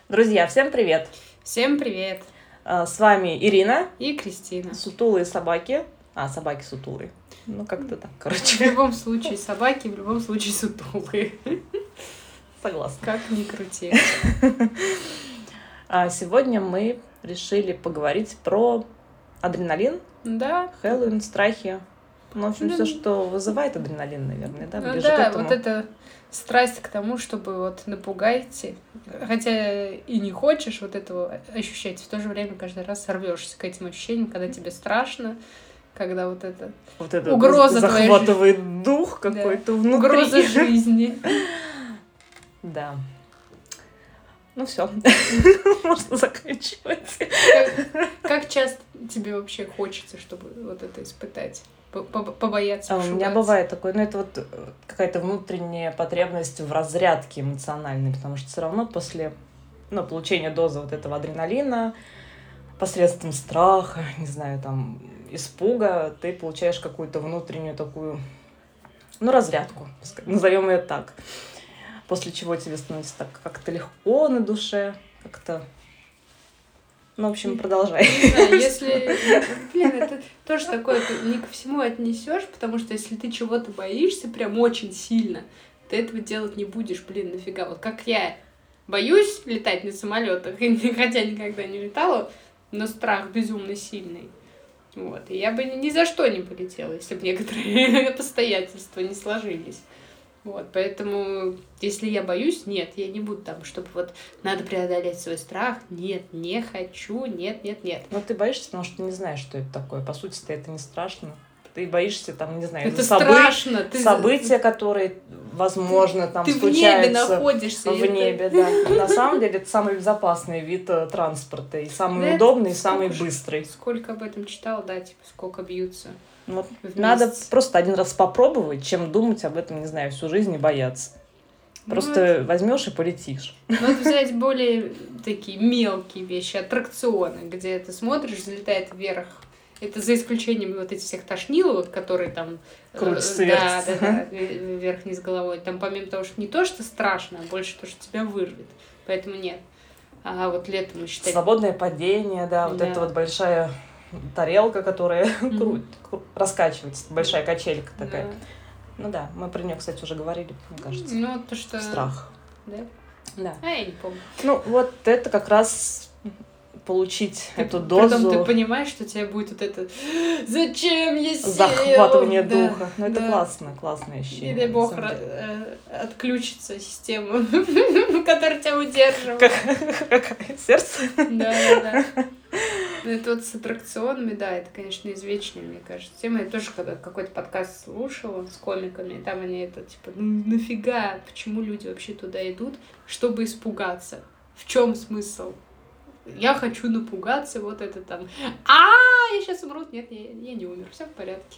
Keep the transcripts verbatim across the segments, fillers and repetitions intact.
Друзья, всем привет! Всем привет! А, С вами Ирина, И Кристина. сутулые собаки. А, собаки сутулые. Ну, как-то так, В короче. любом случае собаки, в любом случае сутулые. Согласна. Как ни крути. А сегодня мы решили поговорить про адреналин, Да. Хэллоуин, страхи. Ну, в общем, Да. все, что вызывает адреналин, наверное, да? Ну Ближе к да, этому. вот эта страсть к тому, чтобы вот напугать, хотя и не хочешь вот этого ощущать, в то же время каждый раз сорвешься к этим ощущениям, когда тебе страшно, когда вот это Вот это угроза твоей захватывает дух Да. какой-то внутри. угроза жизни. Да. Ну все, можно заканчивать. Как, как часто тебе вообще хочется, чтобы вот это испытать? По- по- Побояться, А у меня пошугаться? бывает такое, ну это вот э, какая-то внутренняя потребность в разрядке эмоциональной, потому что все равно после ну, получения дозы вот этого адреналина, посредством страха, не знаю, там, испуга, ты получаешь какую-то внутреннюю такую, ну, разрядку, назовем ее так. После чего тебе становится так как-то легко на душе, как-то... Ну, в общем, продолжай. Не знаю, если... Блин, это тоже такое, ты не ко всему отнесешь, потому что если ты чего-то боишься прям очень сильно, ты этого делать не будешь, блин, нафига. Вот как я боюсь летать на самолетах, хотя никогда не летала, но страх безумно сильный. Вот. И я бы ни за что не полетела, если бы некоторые обстоятельства не сложились. Вот, поэтому, если я боюсь, нет, я не буду там, чтобы вот надо преодолеть свой страх. Нет, не хочу, нет, нет, нет. Но ты боишься, потому что ты не знаешь, что это такое. По сути-то это не страшно. Ты боишься, там, не знаю, Это собы- страшно. Ты... события, которые, возможно, там ты случаются в небе находишься. в небе, да. На самом деле это самый безопасный вид э, транспорта, и самый Да, удобный, и сколько самый ж- быстрый. Сколько об этом читала, да, типа, сколько бьются. Вот вместе. надо просто один раз попробовать, чем думать об этом, не знаю, всю жизнь и бояться. Просто Ну, возьмешь и полетишь. надо взять более такие мелкие вещи, аттракционы, где ты смотришь, залетает вверх. Это за исключением вот этих всех тошниловок, которые там... э, Крутятся, Да, вертятся. да, да, вверх-вниз головой. Там помимо того, что не то, что страшно, а больше то, что тебя вырвет. Поэтому нет. А вот летом, считай... Свободное падение, да, вот Да. эта вот большая тарелка, которая Мгм. кру- кру- раскачивается, большая качелька такая. Да. Ну да, мы про нее, кстати, уже говорили, мне кажется. Ну, то, что... Страх. Да? Да. А, я не помню. Ну, вот это как раз получить Ты эту Потом дозу ты понимаешь, что у тебя будет вот это «Зачем я сел?» захватывания Да, духа. Ну, это да. классно, классное ощущение. И дай бог на самом ра- деле. э, отключится система, которая тебя удерживает. Как- Какая? Сердце? Да, да, да. Ну, это вот с аттракционами, да, это, конечно, извечная, мне кажется, тема. Я тоже когда какой-то подкаст слушала с комиками, и там они это, типа, ну нафига, почему люди вообще туда идут, чтобы испугаться? В чем смысл? Я хочу напугаться, вот это там. А, я сейчас умру. Нет, я, я не умер, все в порядке.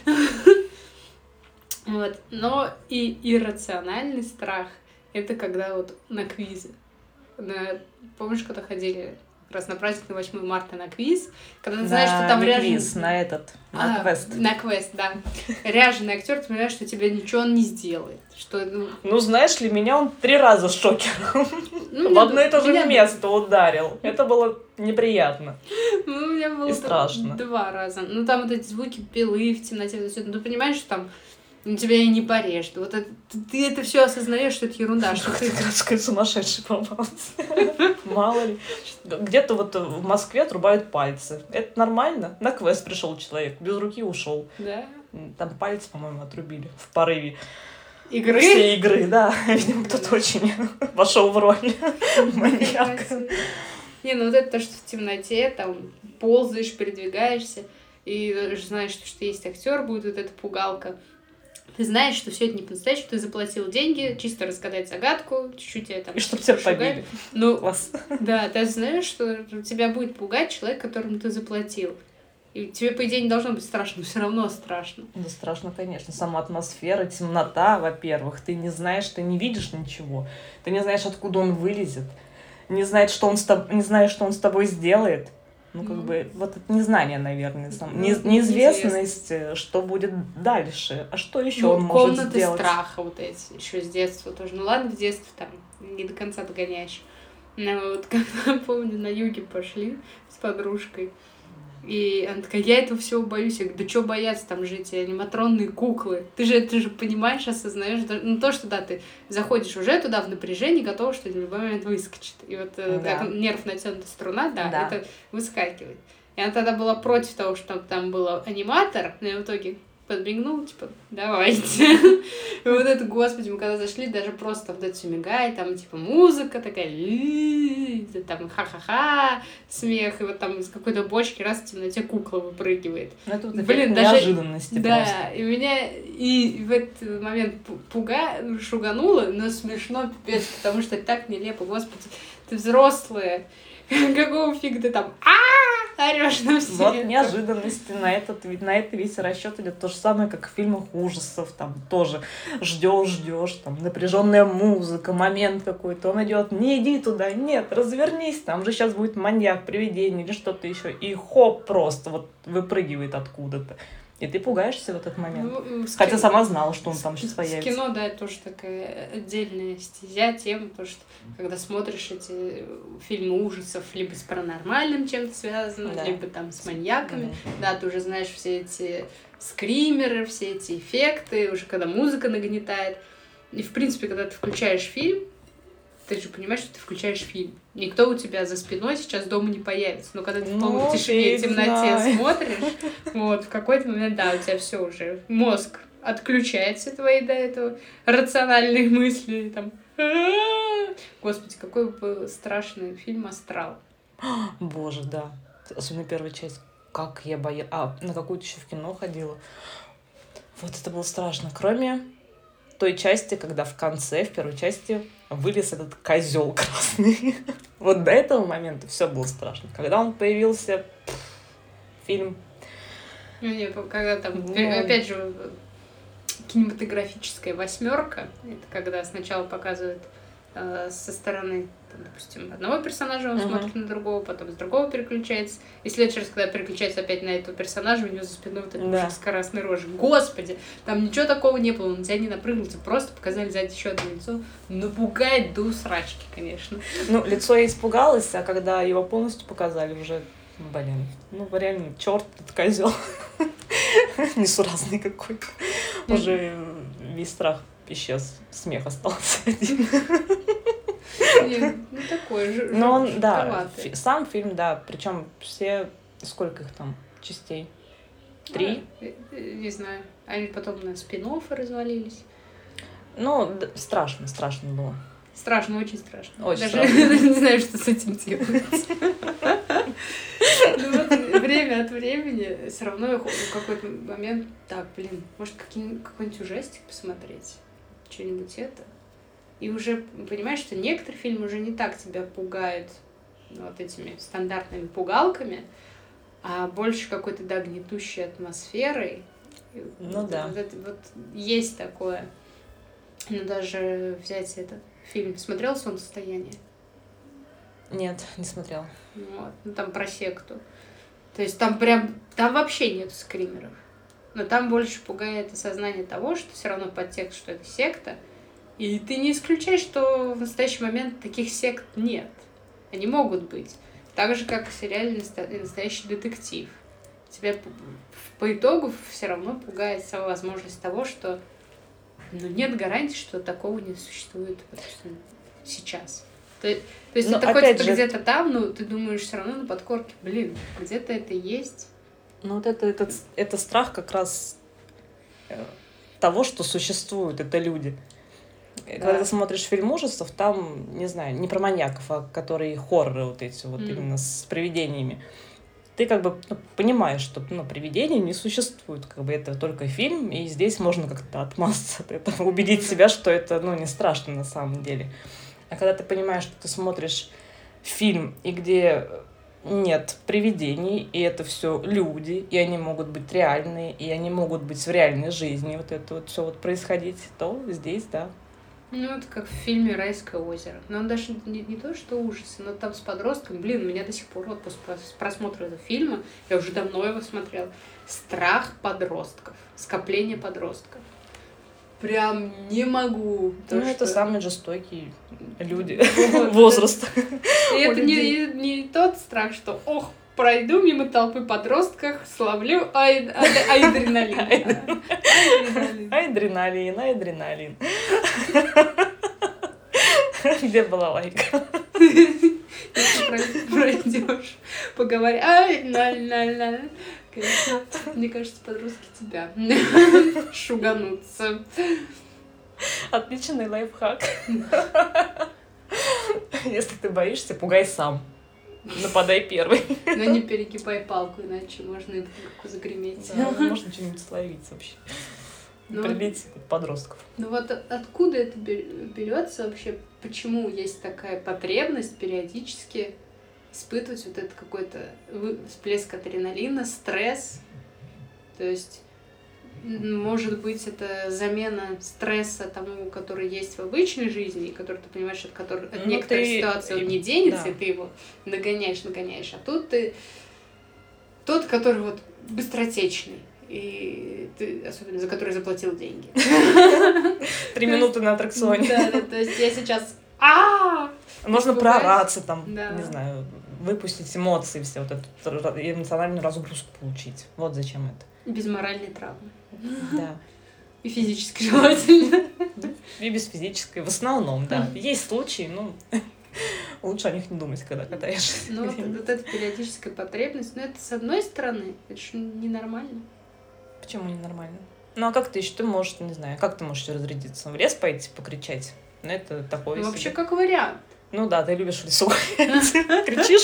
Вот. Но и иррациональный страх — это когда вот на квизы. На... Помнишь, когда ходили как раз на праздник на восьмое марта на квиз, когда ты знаешь, что там не ряженый... квиз, на этот, на А, квест. На квест, да. Ряженый актер, ты понимаешь, что тебе ничего он не сделает. Что, ну, Ну, знаешь ли, меня он три раза шокером ну, в меня- одно и то же меня- место ударил. Это было неприятно. Ну, у меня было И там страшно. два раза. Ну, там вот эти звуки пилы в темноте, вот всё. Ну, ты понимаешь, что там ну, тебя и не порежет. Вот это, ты, ты это все осознаешь, что это ерунда, что ты... Городской сумасшедший попался. Мало ли. Где-то вот в Москве отрубают пальцы. Это нормально? На квест пришел человек, без руки ушел. Да? Там пальцы, по-моему, отрубили в порыве Игры? всей игры, да. Видимо, кто-то очень вошел в роль маньяка. Не, ну вот это то, что в темноте, там, ползаешь, передвигаешься, и знаешь, что есть актер, будет вот эта пугалка. Ты знаешь, что все это не по-настоящему, ты заплатил деньги, чисто разгадать загадку, чуть-чуть тебя там... И чтоб тебя пошугать. побили. Ну, Класс. да, ты знаешь, что тебя будет пугать человек, которому ты заплатил. И тебе, по идее, не должно быть страшно, но все равно страшно. Да страшно, конечно. Сама атмосфера, темнота, во-первых. Ты не знаешь, ты не видишь ничего. Ты не знаешь, откуда он вылезет. Не знаешь, что он с, тоб... не знаешь, что он с тобой сделает. Ну, как Ну. бы, вот это незнание, наверное. Сам... Ну, Не... неизвестность. Неизвестность, э, что будет дальше. А что еще Ну, он может комнаты сделать? страха вот эти, еще с детства тоже. Ну ладно, в детстве там не до конца догоняешь. Ну, вот когда, помню, на юге пошли с подружкой, и она такая, я этого всего боюсь. Я говорю, да что бояться, там же эти аниматронные куклы. Ты же, ты же понимаешь, осознаешь, ну то, что да, ты заходишь уже туда в напряжении, готов, что в любой момент выскочит. И вот да. Как нерв натянутая струна, да, да, это выскакивает. И она тогда была против того, что там был аниматор, но в итоге подмигнул, типа, давайте. И вот это, господи, мы когда зашли, даже просто вот это все мигает, там, типа, музыка такая, там, ха-ха-ха, смех, и вот там из какой-то бочки раз в темноте кукла выпрыгивает. Ну, это вот Блин, даже неожиданности да, просто. И меня и в этот момент пуга, шугануло, но смешно, пипец, потому что так нелепо, господи, ты взрослая, какого фига ты там а орешь на все. Вот неожиданности, на этот, на это весь расчет идет. То же самое, как в фильмах ужасов, там тоже ждешь, ждешь, там напряженная музыка, момент какой-то, он идет, не иди туда, нет, развернись, там же сейчас будет маньяк, привидение или что-то еще, и хоп, просто вот выпрыгивает откуда-то. И ты пугаешься в этот момент. Ну, Хотя кино... сама знала, что он там сейчас появится. В кино, да, это тоже такая отдельная стезя, тема, потому что когда смотришь эти фильмы ужасов, либо с паранормальным чем-то связано, да. либо там с маньяками, да. да, ты уже знаешь все эти скримеры, все эти эффекты, уже когда музыка нагнетает. И, в принципе, когда ты включаешь фильм, ты же понимаешь, что ты включаешь фильм. Никто у тебя за спиной сейчас дома не появится. Но когда ты в полной тишине и темноте знаю. смотришь, вот, в какой-то момент, да, у тебя все уже, мозг отключается твои до этого рациональные мысли, там, господи, какой был страшный фильм «Астрал». Боже, да. Особенно первая часть. Как я боялась. А, на какую-то еще в кино ходила. Вот это было страшно. Кроме той части, когда в конце, в первой части, вылез этот козел красный. Вот до этого момента все было страшно. Когда он появился, фильм... Ну, нет, когда там, ну... опять же, кинематографическая восьмерка, это когда сначала показывают э, со стороны, там, допустим, одного персонажа, он uh-huh. смотрит на другого, потом с другого переключается, и в следующий раз, когда переключается опять на этого персонажа, у него за спиной вот этот да. скоростный рожи. Господи, там ничего такого не было, он на тебя не напрыгнулся, просто показали сзади еще одно лицо, напугает до усрачки, конечно. Ну, лицо я испугалась, а когда его полностью показали, уже, блин, ну, реально, черт, этот козел. Несуразный какой-то. Уже весь страх исчез, смех остался один. Нет, ну такой же. Но он, да, фи- сам фильм, да, причем все, сколько их там частей? Три? А, не знаю. Они потом на спин-оффы развалились. Ну, да, страшно, страшно было. Страшно, очень страшно. Очень Даже страшно. не знаю, что с этим делать. Ну вот время от времени все равно в какой-то момент, так, блин, может какой-нибудь ужастик посмотреть? Что-нибудь это? И уже понимаешь, что некоторые фильмы уже не так тебя пугают вот этими стандартными пугалками, а больше какой-то, да, гнетущей атмосферой. Ну вот, да. Вот, вот, вот есть такое. Ну даже взять этот фильм. Смотрел «Солнцестояние»? Нет, не смотрела. Вот. Ну там про секту. То есть там прям, там вообще нет скримеров. Но там больше пугает осознание того, что все равно подтекст, что это секта. И ты не исключаешь, что в настоящий момент таких сект нет. Они могут быть. Так же, как в сериале «Настоящий детектив». Тебя по итогу все равно пугает сама возможность того, что ну, нет гарантии, что такого не существует сейчас. То, то есть это хоть это же... где-то там, но ты думаешь все равно на подкорке, блин, где-то это есть. Ну вот это, это, это страх как раз того, что существуют, это люди. Да. Когда ты смотришь фильм ужасов, там, не знаю, не про маньяков, а которые хорроры вот эти, вот mm. именно с привидениями. Ты как бы ну, понимаешь, что ну, привидений не существует, как бы это только фильм, и здесь можно как-то отмазаться от этого, убедить mm-hmm. себя, что это ну, не страшно на самом деле. А когда ты понимаешь, что ты смотришь фильм, и где нет привидений, и это все люди, и они могут быть реальные, и они могут быть в реальной жизни, вот это вот все вот происходить, то здесь, да. Ну, это как в фильме «Райское озеро». Но он даже не, не то, что ужасы, но там с подростком. Блин, у меня до сих пор вот после просмотра этого фильма, я уже давно его смотрела, страх подростков, скопление подростков. прям не могу. То, Ну, что... это самые жестокие люди. Вот, Возраст. И это не, не тот страх, что ох, пройду мимо толпы подростков, словлю ай- ай- адреналин. Адреналин. Адреналин, адреналин. Где была лайка? Если пройдешь, поговори, ай, наль, наль, наль. Конечно, мне кажется, подростки тебя шуганутся. Отличный лайфхак. Если ты боишься, пугай сам. Нападай первый. Но не перегибай палку, иначе можно и в легко загреметь. Да, можно что-нибудь словить вообще. Ну, Прилить подростков. Ну вот откуда это берется вообще? Почему есть такая потребность периодически испытывать вот этот какой-то всплеск адреналина, стресс? То есть, может быть, это замена стресса тому, который есть в обычной жизни, и который ты понимаешь, от, который, от Ну, некоторых ты... ситуаций он не денется, да. и ты его нагоняешь, нагоняешь. А тут ты тот, который вот быстротечный. И ты, особенно за который заплатил деньги. Три минуты на аттракционе. Да, да, то есть я сейчас а Можно проораться там, Да. не знаю, выпустить эмоции, все вот эту эмоциональную разгрузку получить. Вот зачем это. без моральной травмы. Да. И физически желательно. И без физической, в основном, да. Есть случаи, ну, лучше о них не думать, когда катаешься. Ну, вот, вот эта периодическая потребность, но это с одной стороны, это же ненормально. Почему ненормально? Ну, а как ты еще, ты можешь, не знаю, как ты можешь разрядиться? В лес пойти покричать? Ну, это такое Ну, себе. вообще, как вариант. Ну да, ты любишь в лесу кричишь.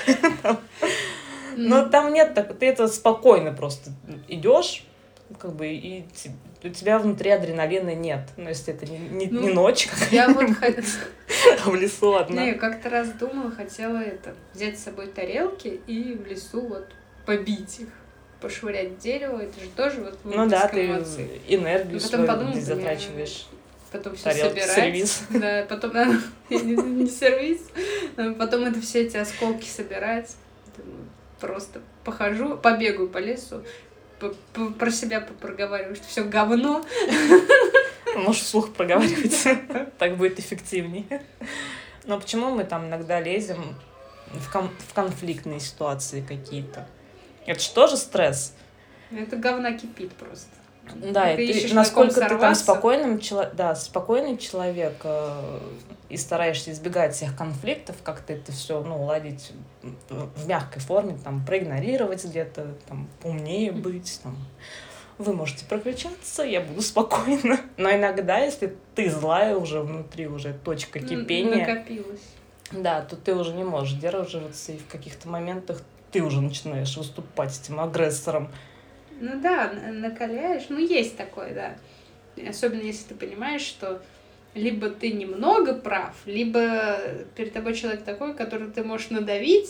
Но там нет так, ты это спокойно просто идешь, как бы, и у тебя внутри адреналина нет. Ну, если это не, не, Ну, не ночь, Я вот а в лесу одна. Не, как-то раз думала, хотела это взять с собой тарелки и в лесу вот побить их, пошвырять в дерево. Это же тоже вот Ну да, выплеск ты эмоций. энергию Потом свою подумала, здесь блин, затрачиваешь. Потом все Тарелка, собирать. сервиз. Да, потом надо не, не сервис, а потом это все эти осколки собирать. Думаю, просто похожу, побегаю по лесу, по- по- про себя проговариваю, что все говно. Можешь вслух проговаривать. Так будет эффективнее. Но почему мы там иногда лезем в, кон- в конфликтные ситуации какие-то? Это же тоже стресс. Это говна кипит просто. Да, Ты и ты, ищешь на насколько ком ты там сорваться. спокойным, чело- да, спокойный человек э, и стараешься избегать всех конфликтов, как-то это все, ну, уладить в в мягкой форме, там, проигнорировать где-то, там, поумнее быть, там. Вы можете прокричаться, я буду спокойна. Но иногда, если ты злая уже внутри, уже точка кипения, Накопилось. да, то ты уже не можешь сдерживаться, и в каких-то моментах ты уже начинаешь выступать этим агрессором. Ну да, н- накаляешь. Ну, есть такое, да. Особенно если ты понимаешь, что либо ты немного прав, либо перед тобой человек такой, который ты можешь надавить,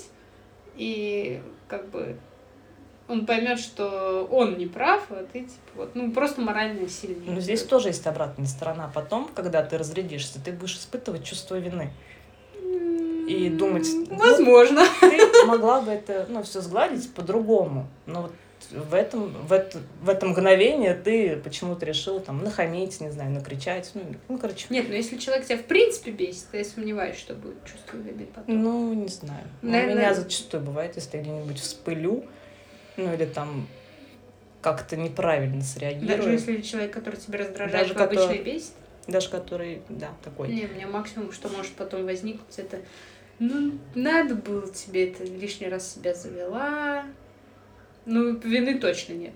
и как бы он поймет, что он не прав, а ты типа вот, ну, просто морально сильнее. Но здесь тоже есть обратная сторона. Потом, когда ты разрядишься, ты будешь испытывать чувство вины. И думать, ну, Возможно. ты могла бы это, ну, все сгладить по-другому. Но вот в этом, в это, в это мгновение ты почему-то решил там нахамить, не знаю, накричать. Ну, ну, короче. Нет, но если человек тебя в принципе бесит, то я сомневаюсь, что будет чувство вины потом. Ну, не знаю. У Наверное- меня зачастую бывает, если я где-нибудь вспылю, ну, или там как-то неправильно Даже среагирую. если человек, который тебя раздражает, Даже в обычно который- и бесит. Даже который, да, такой. Не, у меня максимум, что может потом возникнуть, это ну, надо было тебе это, лишний раз себя завела. Ну, вины точно нет.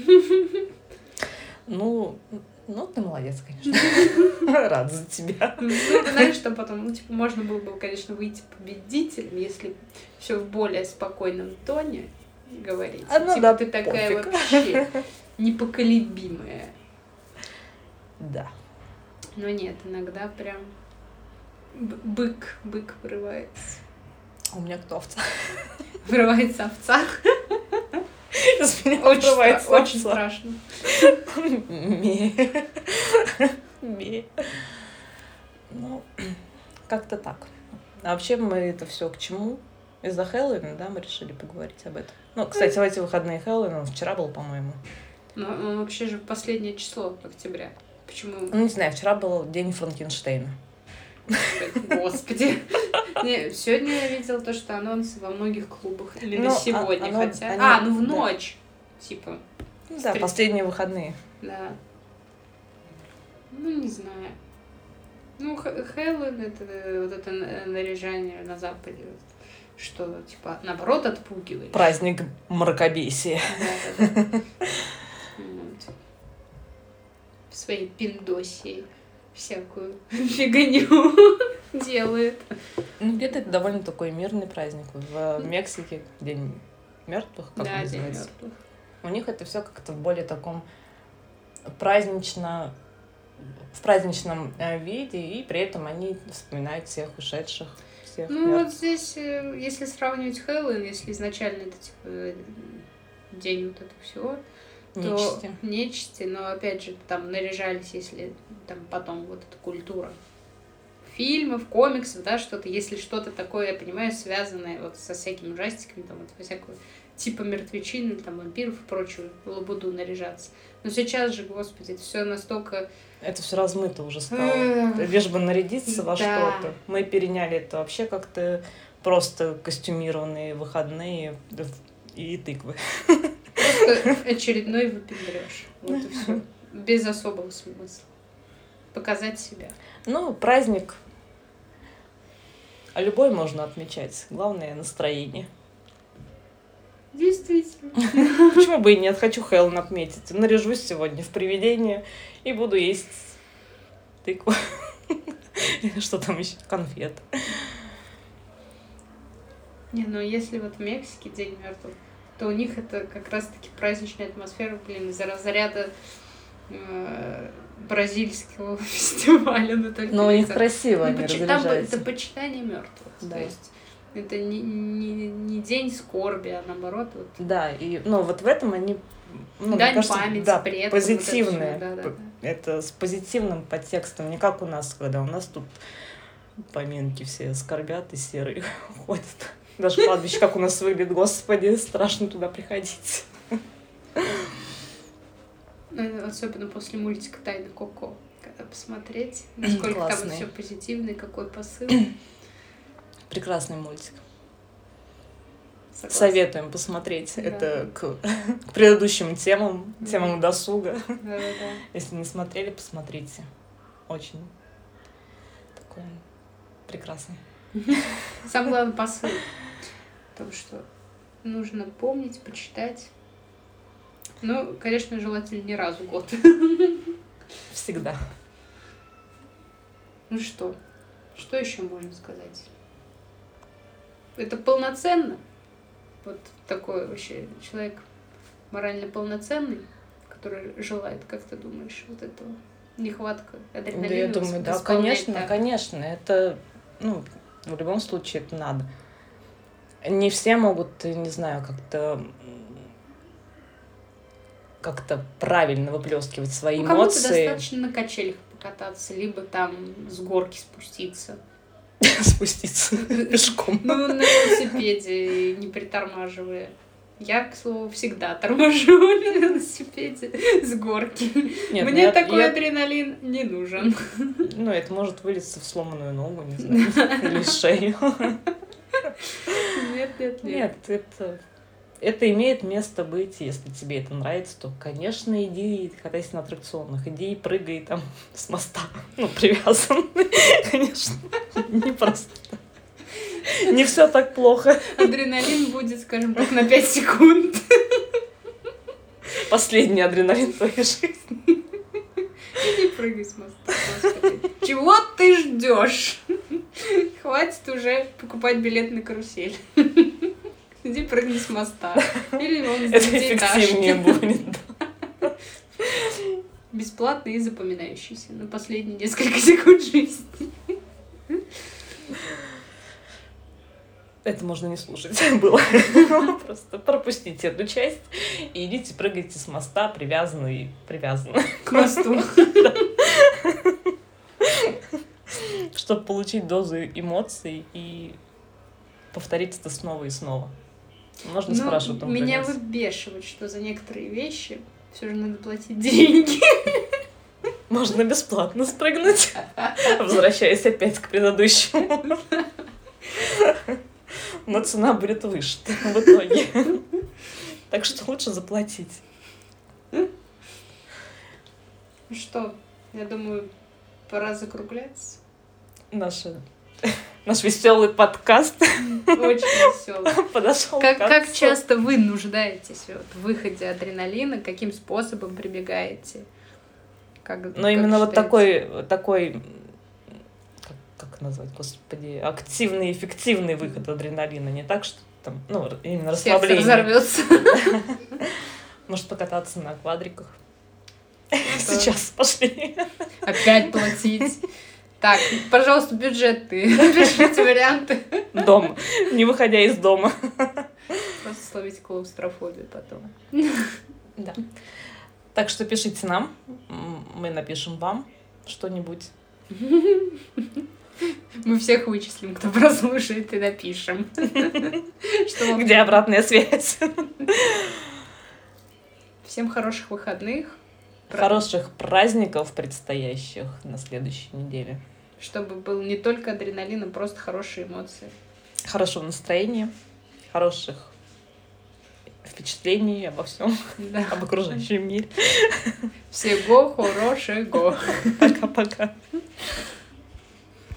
Ну, ну, ты молодец, конечно. Рад за тебя. Ну, ты знаешь, что потом, ну, типа, можно было бы, конечно, выйти победителем, если все в более спокойном тоне говорить. А, ну типа, да, ты такая пофиг. вообще непоколебимая. Да. Но нет, иногда прям б- бык, бык вырывается. У меня кто овца? Вырывается овца. Из меня Очень, вырывается стра- очень овца. страшно. Ме. Ме. Ну, как-то так. А вообще мы это все к чему? Из-за Хэллоуина, да, мы решили поговорить об этом. Ну, кстати, в эти выходные Хэллоуин, он вчера был, по-моему. Ну, ну, вообще же последнее число октября. Почему? Ну, не знаю, вчера был день Франкенштейна. Господи. Не, сегодня я видела то, что анонсы во многих клубах. Или Ну, на а- сегодня, оно- хотя... они- А, ну в да. ночь. Типа, Ну да, Стрит- последние выходные. да. Ну, не знаю. Ну, Х- Хэллоуин — это вот это на- наряжание на Западе, вот, что, типа, наоборот, отпугивает. Праздник мракобесия. Да-да-да. Вот. В своей пиндосии всякую фигню делает. Ну, где-то это довольно такой мирный праздник. В Мексике День мертвых, как Да, он День называется. мертвых. У них это все как-то в более таком празднично, в праздничном э, виде, и при этом они вспоминают всех ушедших, всех Ну, мертвых. вот здесь, э, если сравнивать Хэллоуин, если изначально это, типа, э, день вот этого всего, то Нечисти. нечисти, но, опять же, там наряжались, если там потом вот эта культура фильмов, комиксов, да, что-то, если что-то такое, я понимаю, связанное вот со всякими ужастиками, там, вот, всякого типа мертвечин, там, вампиров и прочую лабуду наряжаться. Но сейчас же, господи, это все настолько... Это все размыто уже стало. Эх, Лишь бы нарядиться во да. что-то. Мы переняли это вообще как-то просто костюмированные выходные и тыквы. Просто очередной выпендрёж. Вот и все. Без особого смысла. Показать себя. Ну, праздник. А любой можно отмечать. Главное — настроение. Действительно. Почему бы и нет? Хочу Хэллоуин отметить. Наряжусь сегодня в привидение и буду есть тыкву. Или что там еще? Конфет. Не, ну если вот в Мексике День мертвых, то у них это как раз-таки праздничная атмосфера, блин, из-за разряда э, бразильского фестиваля. Ну, только Но у них из-за- красиво Ну, они почи- там разряжаются. это почитание мертвых. Да. То есть это не, не, не день скорби, а наоборот вот. Да, и ну вот в этом они, ну, Дань мне кажется, памяти, да, предкам, вот это позитивные. всё, да, да, П- да. Это с позитивным подтекстом, не как у нас, когда у нас тут поминки все скорбят и серые ходят. Даже кладбище, как у нас выглядит, господи, страшно туда приходить. Ну, особенно после мультика «Тайна Коко», когда посмотреть, насколько там Классный. все позитивный, какой посыл. Прекрасный мультик. Согласна. Советуем посмотреть. Да. Это к, к предыдущим темам, Да. темам досуга. Да-да-да. Если не смотрели, посмотрите. Очень такой прекрасный. Самый главный посыл в том, что нужно помнить, почитать. Ну, конечно, желательно не раз в год. Всегда. Ну что? Что еще можно сказать? Это полноценно? Вот такой вообще человек морально полноценный, который желает, как ты думаешь, вот этого нехватка адреналина? Да, я думаю, да, восполнять конечно, так? конечно. Это, ну, в любом случае это надо. Не все могут, не знаю, как-то м, как-то правильно выплескивать свои Ну, кому-то эмоции. достаточно на качелях покататься, либо там с горки спуститься. Спуститься пешком. Ну, на велосипеде, не притормаживая. Я, к слову, всегда торможу на велосипеде с горки. Нет, Мне я- такой я- адреналин не нужен. Ну, это может вылиться в сломанную ногу, не знаю, или шею. Нет, нет, нет. Нет, это, это имеет место быть. Если тебе это нравится, то, конечно, иди и катайся на аттракционах. Иди и прыгай там с моста. Ну, привязан. Конечно, не просто. Не все так плохо. Адреналин будет, скажем так, на пять секунд. Последний адреналин твоей жизни. Иди прыгай с моста, господи. Чего ты ждешь? Хватит уже покупать билет на карусель. Иди прыгни с моста. Или вон с Это эффективнее девятиэтажки. будет. Бесплатный и запоминающийся на последние несколько секунд жизни. Это можно не слушать было. Просто пропустите эту часть и идите прыгайте с моста, привязанный, привязанный. К мосту. Чтобы получить дозу эмоций и повторить это снова и снова. Можно Ну, спрашивать там меня границ. выбешивает, что за некоторые вещи все же надо платить деньги. Можно бесплатно спрыгнуть, возвращаясь опять к предыдущему. Но цена будет выше в итоге. Так что лучше заплатить. Ну что, я думаю, пора закругляться. Наша, наш веселый подкаст Очень веселый. подошел Как, к концу. как часто вы нуждаетесь вот, в выходе адреналина, каким способом прибегаете? Как, Но как именно вот считаете? такой, такой, как, как назвать, господи, активный, эффективный выход адреналина. Не так, что там, ну, именно Сердце расслабление. разорвется. Может покататься на квадриках. Сейчас пошли. Опять платить. Так, пожалуйста, бюджеты. Пишите варианты. Дома, не выходя из дома. Просто словить клаустрофобию потом. Да. Так что пишите нам, м, мы напишем вам что-нибудь. Мы всех вычислим, кто прослушает, и напишем. Что вам- Где обратная связь? Всем хороших выходных. Хороших праздников предстоящих на следующей неделе. Чтобы был не только адреналин, а просто хорошие эмоции. Хорошего настроения, хороших впечатлений обо всем, Да. об окружающем мире. Всего хорошего. Пока-пока.